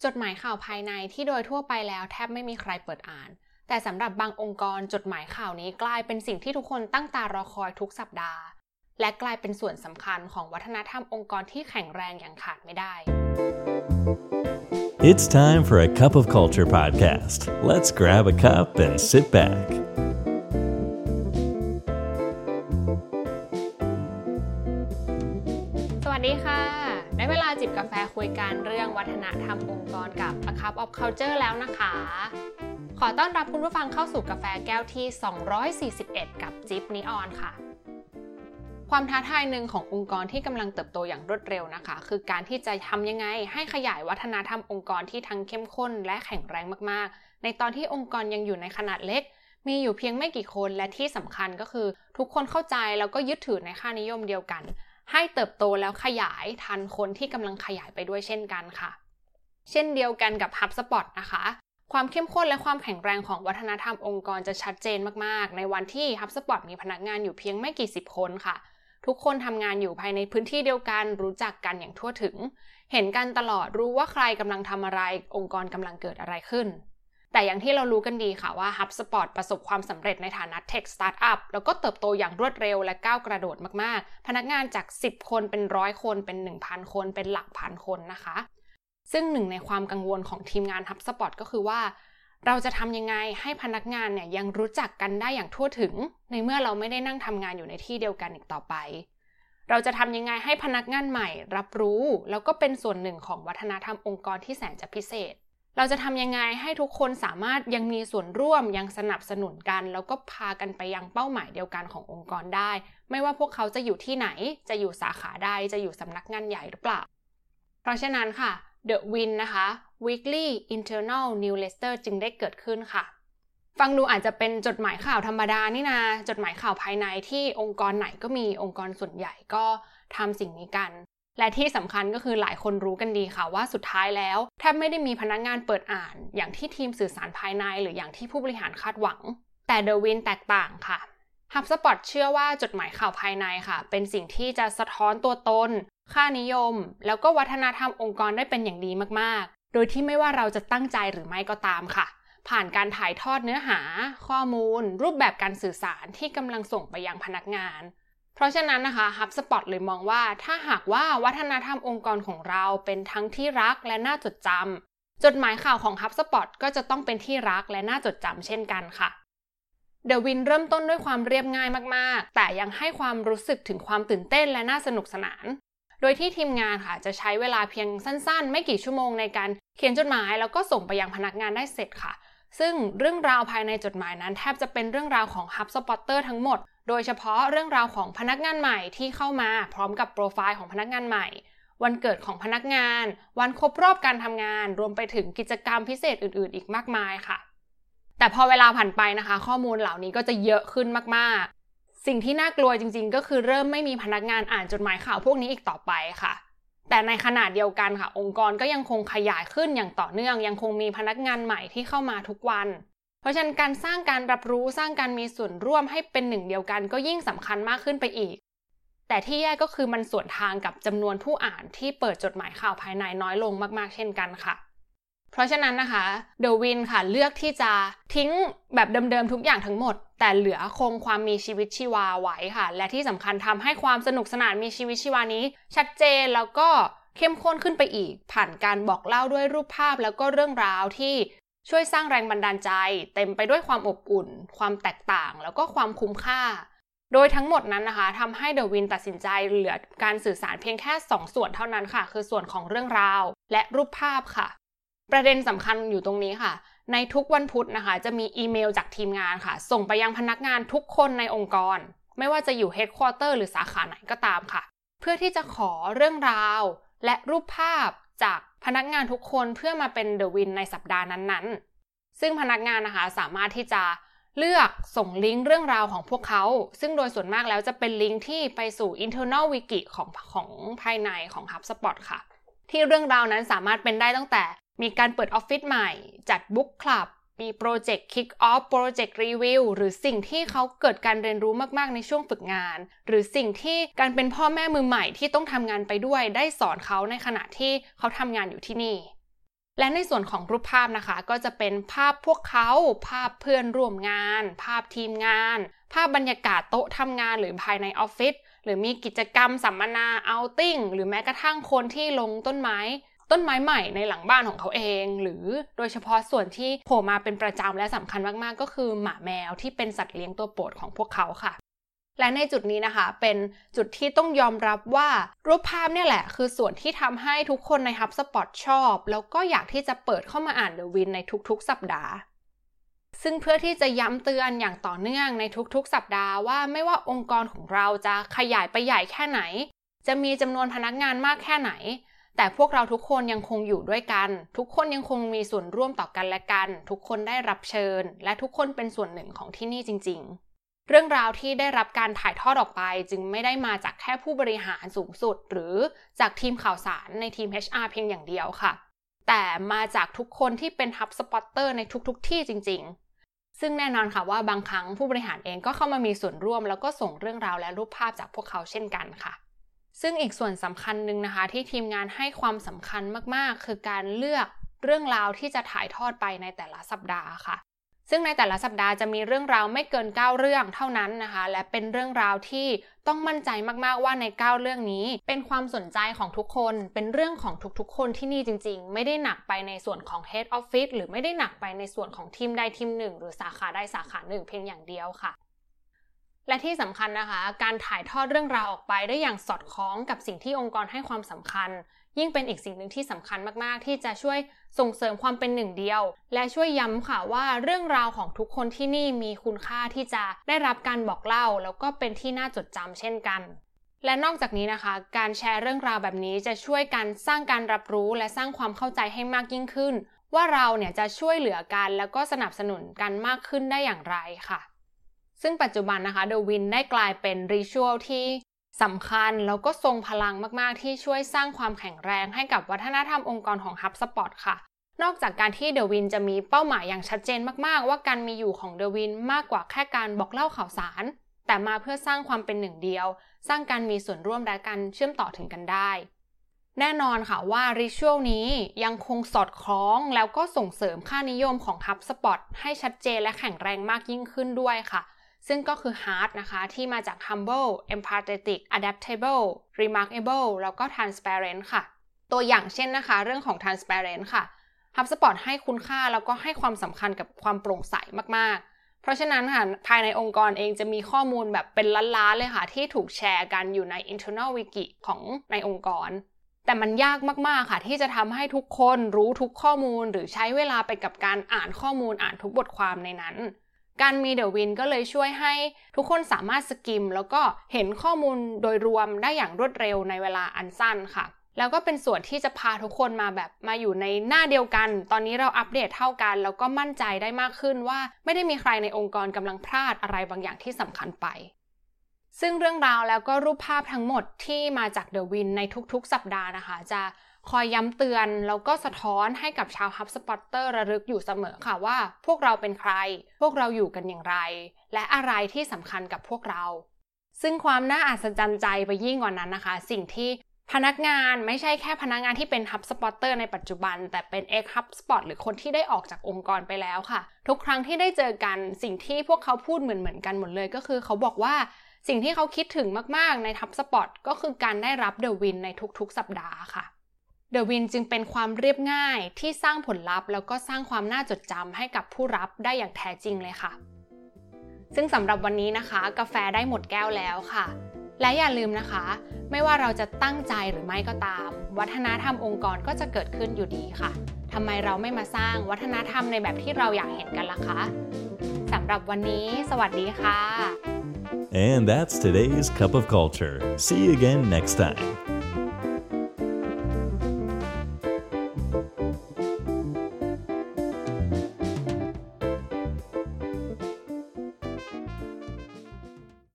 จดหมายข่าวภายในที่โดยทั่วไปแล้วแทบไม่มีใครเปิดอ่านแต่สำหรับบางองค์กรจดหมายข่าวนี้กลายเป็นสิ่งที่ทุกคนตั้งตารอคอยทุกสัปดาห์และกลายเป็นส่วนสำคัญของวัฒนธรรมองค์กรที่แข็งแรงอย่างขาดไม่ได้ It's time for a cup of culture podcast. Let's grab a cup and sit back. สวัสดีค่ะได้เวลาจิบกาแฟคุยกันเรื่องวัฒนธรรมองค์กรกับ A Cup of Culture แล้วนะคะขอต้อนรับคุณผู้ฟังเข้าสู่กาแฟแก้วที่241กับจิ๊บนิออนค่ะความท้าทายหนึ่งขององค์กรที่กำลังเติบโตอย่างรวดเร็วนะคะคือการที่จะทำยังไงให้ขยายวัฒนธรรมองค์กรที่ทั้งเข้มข้นและแข็งแรงมากๆในตอนที่องค์กรยังอยู่ในขนาดเล็กมีอยู่เพียงไม่กี่คนและที่สำคัญก็คือทุกคนเข้าใจแล้วก็ยึดถือในค่านิยมเดียวกันให้เติบโตแล้วขยายทันคนที่กำลังขยายไปด้วยเช่นกันค่ะเช่นเดียวกันกับ HubSpot นะคะความเข้มข้นและความแข็งแรงของวัฒนธรรมองค์กรจะชัดเจนมากๆในวันที่ HubSpot มีพนักงานอยู่เพียงไม่กี่สิบคนค่ะทุกคนทำงานอยู่ภายในพื้นที่เดียวกันรู้จักกันอย่างทั่วถึงเห็นกันตลอดรู้ว่าใครกำลังทำอะไรองค์กรกำลังเกิดอะไรขึ้นแต่อย่างที่เรารู้กันดีค่ะว่า HubSpot ประสบความสำเร็จในฐานะ Tech Startup แล้วก็เติบโตอย่างรวดเร็วและก้าวกระโดดมากๆพนักงานจาก10คนเป็น100คนเป็น 1,000 คนเป็นหลักพันคนนะคะซึ่งหนึ่งในความกังวลของทีมงาน HubSpot ก็คือว่าเราจะทำยังไงให้พนักงานเนี่ยยังรู้จักกันได้อย่างทั่วถึงในเมื่อเราไม่ได้นั่งทำงานอยู่ในที่เดียวกันอีกต่อไปเราจะทำยังไงให้พนักงานใหม่รับรู้แล้วก็เป็นส่วนหนึ่งของวัฒนธรรมองค์กรที่แสนจะพิเศษเราจะทำยังไงให้ทุกคนสามารถยังมีส่วนร่วมยังสนับสนุนกันแล้วก็พากันไปยังเป้าหมายเดียวกันขององค์กรได้ไม่ว่าพวกเขาจะอยู่ที่ไหนจะอยู่สาขาใดจะอยู่สำนักงานใหญ่หรือเปล่าเพราะฉะนั้นค่ะ The Win นะคะ Weekly Internal Newsletter จึงได้เกิดขึ้นค่ะฟังดูอาจจะเป็นจดหมายข่าวธรรมดานี่นาจดหมายข่าวภายในที่องค์กรไหนก็มีองค์กรส่วนใหญ่ก็ทำสิ่งนี้กันและที่สำคัญก็คือหลายคนรู้กันดีค่ะว่าสุดท้ายแล้วแทบไม่ได้มีพนักงานเปิดอ่านอย่างที่ทีมสื่อสารภายในหรืออย่างที่ผู้บริหารคาดหวังแต่ The Win แตกต่างค่ะ HubSpot เชื่อว่าจดหมายข่าวภายในค่ะเป็นสิ่งที่จะสะท้อนตัวตนค่านิยมแล้วก็วัฒนธรรมองค์กรได้เป็นอย่างดีมากๆโดยที่ไม่ว่าเราจะตั้งใจหรือไม่ก็ตามค่ะผ่านการถ่ายทอดเนื้อหาข้อมูลรูปแบบการสื่อสารที่กำลังส่งไปยังพนักงานเพราะฉะนั้นนะคะ HubSpot เลยมองว่าถ้าหากว่าวัฒนธรรมองค์กรของเราเป็นทั้งที่รักและน่าจดจำจดหมายข่าวของ HubSpot ก็จะต้องเป็นที่รักและน่าจดจำเช่นกันค่ะ The Win เริ่มต้นด้วยความเรียบง่ายมากๆแต่ยังให้ความรู้สึกถึงความตื่นเต้นและน่าสนุกสนานโดยที่ทีมงานค่ะจะใช้เวลาเพียงสั้นๆไม่กี่ชั่วโมงในการเขียนจดหมายแล้วก็ส่งไปยังพนักงานได้เสร็จค่ะซึ่งเรื่องราวภายในจดหมายนั้นแทบจะเป็นเรื่องราวของ HubSpotter ทั้งหมดโดยเฉพาะเรื่องราวของพนักงานใหม่ที่เข้ามาพร้อมกับโปรไฟล์ของพนักงานใหม่วันเกิดของพนักงานวันครบรอบการทำงานรวมไปถึงกิจกรรมพิเศษอื่นๆอีกมากมายค่ะแต่พอเวลาผ่านไปนะคะข้อมูลเหล่านี้ก็จะเยอะขึ้นมากๆสิ่งที่น่ากลัวจริงๆก็คือเริ่มไม่มีพนักงานอ่านจดหมายข่าวพวกนี้อีกต่อไปค่ะแต่ในขณะเดียวกันค่ะองค์กรก็ยังคงขยายขึ้นอย่างต่อเนื่องยังคงมีพนักงานใหม่ที่เข้ามาทุกวันเพราะฉะนั้นการสร้างการรับรู้สร้างการมีส่วนร่วมให้เป็นหนึ่งเดียวกันก็ยิ่งสำคัญมากขึ้นไปอีกแต่ที่แย่ก็คือมันสวนทางกับจำนวนผู้อ่านที่เปิดจดหมายข่าวภายในน้อยลงมากๆเช่นกันค่ะเพราะฉะนั้นนะคะ The Win ค่ะเลือกที่จะทิ้งแบบเดิมๆทุกอย่างทั้งหมดแต่เหลือคงความมีชีวิตชีวาไว้ค่ะและที่สำคัญทำให้ความสนุกสนานมีชีวิตชีวานี้ชัดเจนแล้วก็เข้มข้นขึ้นไปอีกผ่านการบอกเล่าด้วยรูปภาพแล้วก็เรื่องราวที่ช่วยสร้างแรงบันดาลใจเต็มไปด้วยความอบอุ่นความแตกต่างแล้วก็ความคุ้มค่าโดยทั้งหมดนั้นนะคะทำให้ The Win ตัดสินใจเหลือการสื่อสารเพียงแค่2ส่วนเท่านั้นค่ะคือส่วนของเรื่องราวและรูปภาพค่ะประเด็นสำคัญอยู่ตรงนี้ค่ะในทุกวันพุธนะคะจะมีอีเมลจากทีมงานค่ะส่งไปยังพนักงานทุกคนในองค์กรไม่ว่าจะอยู่ Headquarter หรือสาขาไหนก็ตามค่ะเพื่อที่จะขอเรื่องราวและรูปภาพจากพนักงานทุกคนเพื่อมาเป็น The Win ในสัปดาห์นั้นๆซึ่งพนักงานนะคะสามารถที่จะเลือกส่งลิงก์เรื่องราวของพวกเขาซึ่งโดยส่วนมากแล้วจะเป็นลิงก์ที่ไปสู่ Internal Wiki ของภายในของ HubSpot ค่ะที่เรื่องราวนั้นสามารถเป็นได้ตั้งแต่มีการเปิดออฟฟิศใหม่จัดบุ๊กคลับมีโปรเจกต์ Kick Off โปรเจกต์ Review หรือสิ่งที่เขาเกิดการเรียนรู้มากๆในช่วงฝึกงานหรือสิ่งที่การเป็นพ่อแม่มือใหม่ที่ต้องทำงานไปด้วยได้สอนเขาในขณะที่เขาทำงานอยู่ที่นี่และในส่วนของรูปภาพนะคะก็จะเป็นภาพพวกเขาภาพเพื่อนร่วมงานภาพทีมงานภาพบรรยากาศโต๊ะทำงานหรือภายในออฟฟิศหรือมีกิจกรรมสัมมนาเอาท์ติ้งหรือแม้กระทั่งคนที่ลงต้นไม้ใหม่ในหลังบ้านของเขาเองหรือโดยเฉพาะส่วนที่โผล่มาเป็นประจำและสำคัญมากๆก็คือหมาแมวที่เป็นสัตว์เลี้ยงตัวโปรดของพวกเขาค่ะและในจุดนี้นะคะเป็นจุดที่ต้องยอมรับว่ารูปภาพเนี่ยแหละคือส่วนที่ทำให้ทุกคนใน HubSpot ชอบแล้วก็อยากที่จะเปิดเข้ามาอ่าน The Win ในทุกๆสัปดาห์ซึ่งเพื่อที่จะย้ำเตือนอย่างต่อเนื่องในทุกๆสัปดาห์ว่าไม่ว่าองค์กรของเราจะขยายไปใหญ่แค่ไหนจะมีจำนวนพนักงานมากแค่ไหนแต่พวกเราทุกคนยังคงอยู่ด้วยกันทุกคนยังคงมีส่วนร่วมต่อกันและกันทุกคนได้รับเชิญและทุกคนเป็นส่วนหนึ่งของที่นี่จริงๆเรื่องราวที่ได้รับการถ่ายทอดออกไปจึงไม่ได้มาจากแค่ผู้บริหารสูงสุดหรือจากทีมข่าวสารในทีม HR เพียงอย่างเดียวค่ะแต่มาจากทุกคนที่เป็น HubSpotter ในทุกๆที่จริงๆซึ่งแน่นอนค่ะว่าบางครั้งผู้บริหารเองก็เข้ามามีส่วนร่วมแล้วก็ส่งเรื่องราวและรูปภาพจากพวกเขาเช่นกันค่ะซึ่งอีกส่วนสำคัญหนึ่งนะคะที่ทีมงานให้ความสำคัญมากๆคือการเลือกเรื่องราวที่จะถ่ายทอดไปในแต่ละสัปดาห์ค่ะซึ่งในแต่ละสัปดาห์จะมีเรื่องราวไม่เกิน9เรื่องเท่านั้นนะคะและเป็นเรื่องราวที่ต้องมั่นใจมากๆว่าใน9เรื่องนี้เป็นความสนใจของทุกคนเป็นเรื่องของทุกๆคนที่นี่จริงๆไม่ได้หนักไปในส่วนของ Head Office หรือไม่ได้หนักไปในส่วนของทีมใดทีมหนึ่งหรือสาขาใดสาขาหนึ่งเพียงอย่างเดียวค่ะและที่สำคัญนะคะการถ่ายทอดเรื่องราวออกไปได้อย่างสอดคล้องกับสิ่งที่องค์กรให้ความสำคัญยิ่งเป็นอีกสิ่งหนึ่งที่สำคัญมากๆที่จะช่วยส่งเสริมความเป็นหนึ่งเดียวและช่วยย้ำค่ะว่าเรื่องราวของทุกคนที่นี่มีคุณค่าที่จะได้รับการบอกเล่าแล้วก็เป็นที่น่าจดจำเช่นกันและนอกจากนี้นะคะการแชร์เรื่องราวแบบนี้จะช่วยกันสร้างการรับรู้และสร้างความเข้าใจให้มากยิ่งขึ้นว่าเราเนี่ยจะช่วยเหลือกันแล้วก็สนับสนุนกันมากขึ้นได้อย่างไรค่ะซึ่งปัจจุบันนะคะ The Win ได้กลายเป็นริชวลที่สำคัญแล้วก็ทรงพลังมากๆที่ช่วยสร้างความแข็งแรงให้กับวัฒนธรรมองค์กรของ HubSpot ค่ะนอกจากการที่ The Win จะมีเป้าหมายอย่างชัดเจนมากๆว่าการมีอยู่ของ The Win มากกว่าแค่การบอกเล่าข่าวสารแต่มาเพื่อสร้างความเป็นหนึ่งเดียวสร้างการมีส่วนร่วมและการเชื่อมต่อถึงกันได้แน่นอนค่ะว่าริชวลนี้ยังคงสอดคล้องแล้วก็ส่งเสริมค่านิยมของ HubSpot ให้ชัดเจนและแข็งแรงมากยิ่งขึ้นด้วยค่ะซึ่งก็คือ Heart นะคะที่มาจาก Humble, Empathetic, Adaptable, Remarkable แล้วก็ Transparent ค่ะตัวอย่างเช่นนะคะเรื่องของ Transparent ค่ะ HubSpot ให้คุณค่าแล้วก็ให้ความสำคัญกับความโปร่งใสมากๆเพราะฉะนั้นค่ะภายในองค์กรเองจะมีข้อมูลแบบเป็นล้านๆเลยค่ะที่ถูกแชร์กันอยู่ใน Internal Wiki ของในองค์กรแต่มันยากมากๆค่ะที่จะทำให้ทุกคนรู้ทุกข้อมูลหรือใช้เวลาไปกับการอ่านข้อมูลอ่านทุกบทความในนั้นการมี The Win ก็เลยช่วยให้ทุกคนสามารถสกิมแล้วก็เห็นข้อมูลโดยรวมได้อย่างรวดเร็วในเวลาอันสั้นค่ะแล้วก็เป็นส่วนที่จะพาทุกคนมาอยู่ในหน้าเดียวกันตอนนี้เราอัปเดตเท่ากันแล้วก็มั่นใจได้มากขึ้นว่าไม่ได้มีใครในองค์กรกำลังพลาดอะไรบางอย่างที่สำคัญไปซึ่งเรื่องราวแล้วก็รูปภาพทั้งหมดที่มาจาก The Win ในทุกๆสัปดาห์นะคะจะคอยย้ำเตือนแล้วก็สะท้อนให้กับชาว HubSpotter ระลึกอยู่เสมอค่ะว่าพวกเราเป็นใครพวกเราอยู่กันอย่างไรและอะไรที่สำคัญกับพวกเราซึ่งความน่าอัศจรรย์ใจไปยิ่งกว่านั้นนะคะสิ่งที่พนักงานไม่ใช่แค่พนักงานที่เป็น HubSpotter ในปัจจุบันแต่เป็น ex-HubSpot หรือคนที่ได้ออกจากองค์กรไปแล้วค่ะทุกครั้งที่ได้เจอกันสิ่งที่พวกเขาพูดเหมือนกันหมดเลยก็คือเขาบอกว่าสิ่งที่เขาคิดถึงมากๆใน HubSpot ก็คือการได้รับ The Win ในทุกๆสัปดาห์ค่ะThe Win จึงเป็นความเรียบง่ายที่สร้างผลลัพธ์แล้วก็สร้างความน่าจดจำให้กับผู้รับได้อย่างแท้จริงเลยค่ะซึ่งสำหรับวันนี้นะคะกาแฟได้หมดแก้วแล้วค่ะและอย่าลืมนะคะไม่ว่าเราจะตั้งใจหรือไม่ก็ตามวัฒนธรรมองค์กรก็จะเกิดขึ้นอยู่ดีค่ะทำไมเราไม่มาสร้างวัฒนธรรมในแบบที่เราอยากเห็นกันล่ะคะสำหรับวันนี้สวัสดีค่ะ And that's today's Cup of Culture. See you again next time.